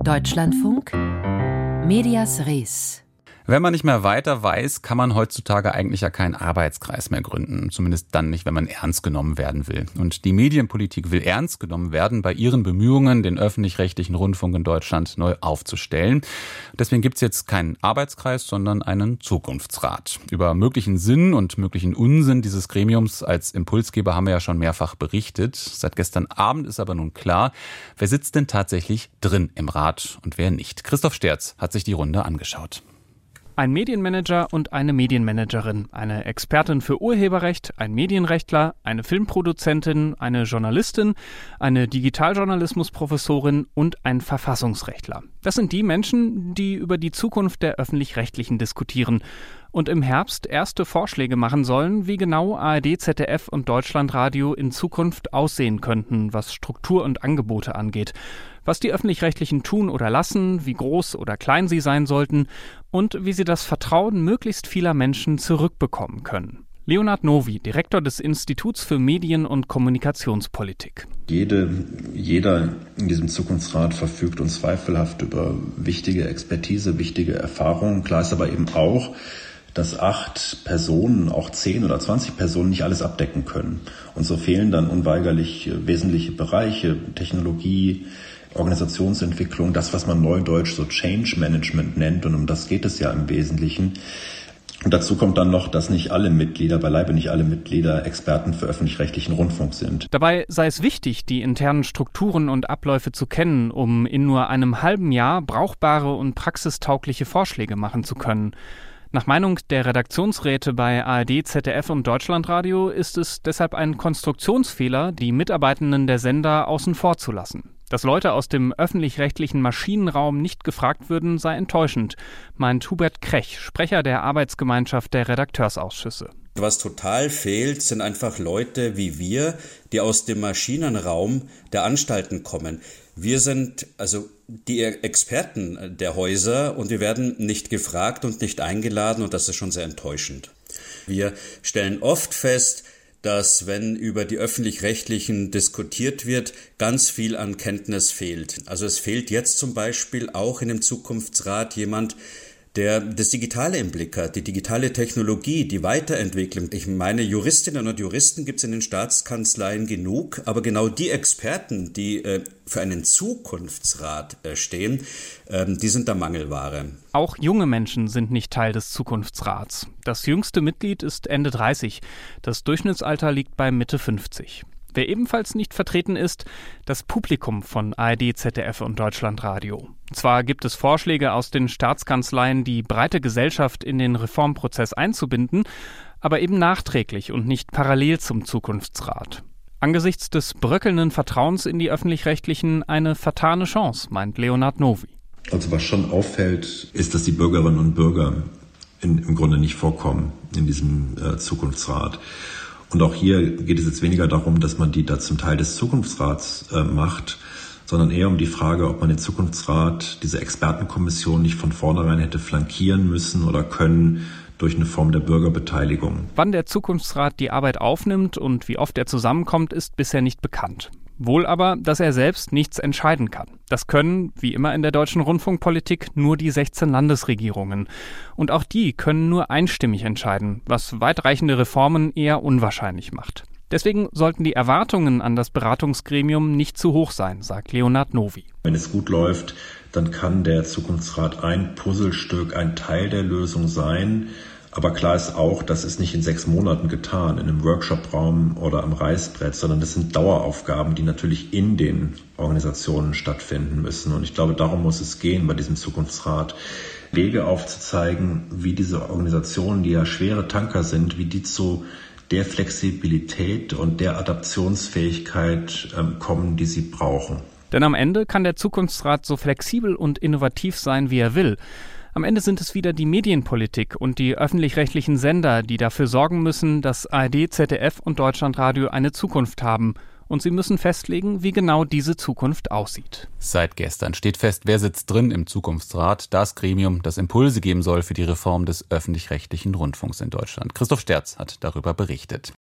Deutschlandfunk Medias Res. Wenn man nicht mehr weiter weiß, kann man heutzutage eigentlich ja keinen Arbeitskreis mehr gründen. Zumindest dann nicht, wenn man ernst genommen werden will. Und die Medienpolitik will ernst genommen werden bei ihren Bemühungen, den öffentlich-rechtlichen Rundfunk in Deutschland neu aufzustellen. Deswegen gibt es jetzt keinen Arbeitskreis, sondern einen Zukunftsrat. Über möglichen Sinn und möglichen Unsinn dieses Gremiums als Impulsgeber haben wir ja schon mehrfach berichtet. Seit gestern Abend ist aber nun klar, wer sitzt denn tatsächlich drin im Rat und wer nicht. Christoph Sterz hat sich die Runde angeschaut. Ein Medienmanager und eine Medienmanagerin, eine Expertin für Urheberrecht, ein Medienrechtler, eine Filmproduzentin, eine Journalistin, eine Digitaljournalismusprofessorin und ein Verfassungsrechtler. Das sind die Menschen, die über die Zukunft der Öffentlich-Rechtlichen diskutieren und im Herbst erste Vorschläge machen sollen, wie genau ARD, ZDF und Deutschlandradio in Zukunft aussehen könnten, was Struktur und Angebote angeht. Was die Öffentlich-Rechtlichen tun oder lassen, wie groß oder klein sie sein sollten und wie sie das Vertrauen möglichst vieler Menschen zurückbekommen können. Leonhard Novy, Direktor des Instituts für Medien- und Kommunikationspolitik. Jeder in diesem Zukunftsrat verfügt unzweifelhaft über wichtige Expertise, wichtige Erfahrungen. Klar ist aber eben auch, dass 8 Personen, auch 10 oder 20 Personen nicht alles abdecken können. Und so fehlen dann unweigerlich wesentliche Bereiche, Technologie, Organisationsentwicklung, das, was man neudeutsch so Change Management nennt, und um das geht es ja im Wesentlichen. Und dazu kommt dann noch, dass nicht alle Mitglieder, beileibe nicht alle Mitglieder Experten für öffentlich-rechtlichen Rundfunk sind. Dabei sei es wichtig, die internen Strukturen und Abläufe zu kennen, um in nur einem halben Jahr brauchbare und praxistaugliche Vorschläge machen zu können. Nach Meinung der Redaktionsräte bei ARD, ZDF und Deutschlandradio ist es deshalb ein Konstruktionsfehler, die Mitarbeitenden der Sender außen vor zu lassen. Dass Leute aus dem öffentlich-rechtlichen Maschinenraum nicht gefragt würden, sei enttäuschend, meint Hubert Krech, Sprecher der Arbeitsgemeinschaft der Redakteursausschüsse. Was total fehlt, sind einfach Leute wie wir, die aus dem Maschinenraum der Anstalten kommen. Wir sind also die Experten der Häuser und wir werden nicht gefragt und nicht eingeladen, und das ist schon sehr enttäuschend. Wir stellen oft fest, dass, wenn über die Öffentlich-Rechtlichen diskutiert wird, ganz viel an Kenntnis fehlt. Also es fehlt jetzt zum Beispiel auch in dem Zukunftsrat jemand, der das Digitale im Blick hat, die digitale Technologie, die Weiterentwicklung. Ich meine, Juristinnen und Juristen gibt es in den Staatskanzleien genug, aber genau die Experten, die für einen Zukunftsrat stehen, die sind da Mangelware. Auch junge Menschen sind nicht Teil des Zukunftsrats. Das jüngste Mitglied ist Ende 30. Das Durchschnittsalter liegt bei Mitte 50. Wer ebenfalls nicht vertreten ist, das Publikum von ARD, ZDF und Deutschlandradio. Zwar gibt es Vorschläge aus den Staatskanzleien, die breite Gesellschaft in den Reformprozess einzubinden, aber eben nachträglich und nicht parallel zum Zukunftsrat. Angesichts des bröckelnden Vertrauens in die Öffentlich-Rechtlichen eine vertane Chance, meint Leonhard Novy. Also was schon auffällt, ist, dass die Bürgerinnen und Bürger im Grunde nicht vorkommen in diesem Zukunftsrat. Und auch hier geht es jetzt weniger darum, dass man die da zum Teil des Zukunftsrats macht, sondern eher um die Frage, ob man den Zukunftsrat, diese Expertenkommission, nicht von vornherein hätte flankieren müssen oder können durch eine Form der Bürgerbeteiligung. Wann der Zukunftsrat die Arbeit aufnimmt und wie oft er zusammenkommt, ist bisher nicht bekannt. Wohl aber, dass er selbst nichts entscheiden kann. Das können, wie immer in der deutschen Rundfunkpolitik, nur die 16 Landesregierungen. Und auch die können nur einstimmig entscheiden, was weitreichende Reformen eher unwahrscheinlich macht. Deswegen sollten die Erwartungen an das Beratungsgremium nicht zu hoch sein, sagt Leonhard Novy. Wenn es gut läuft, dann kann der Zukunftsrat ein Puzzlestück, ein Teil der Lösung sein. Aber klar ist auch, das ist nicht in 6 Monaten getan, in einem Workshopraum oder am Reißbrett, sondern das sind Daueraufgaben, die natürlich in den Organisationen stattfinden müssen. Und ich glaube, darum muss es gehen bei diesem Zukunftsrat, Wege aufzuzeigen, wie diese Organisationen, die ja schwere Tanker sind, wie die zu der Flexibilität und der Adaptionsfähigkeit kommen, die sie brauchen. Denn am Ende kann der Zukunftsrat so flexibel und innovativ sein, wie er will. Am Ende sind es wieder die Medienpolitik und die öffentlich-rechtlichen Sender, die dafür sorgen müssen, dass ARD, ZDF und Deutschlandradio eine Zukunft haben. Und sie müssen festlegen, wie genau diese Zukunft aussieht. Seit gestern steht fest, wer sitzt drin im Zukunftsrat, das Gremium, das Impulse geben soll für die Reform des öffentlich-rechtlichen Rundfunks in Deutschland. Christoph Sterz hat darüber berichtet.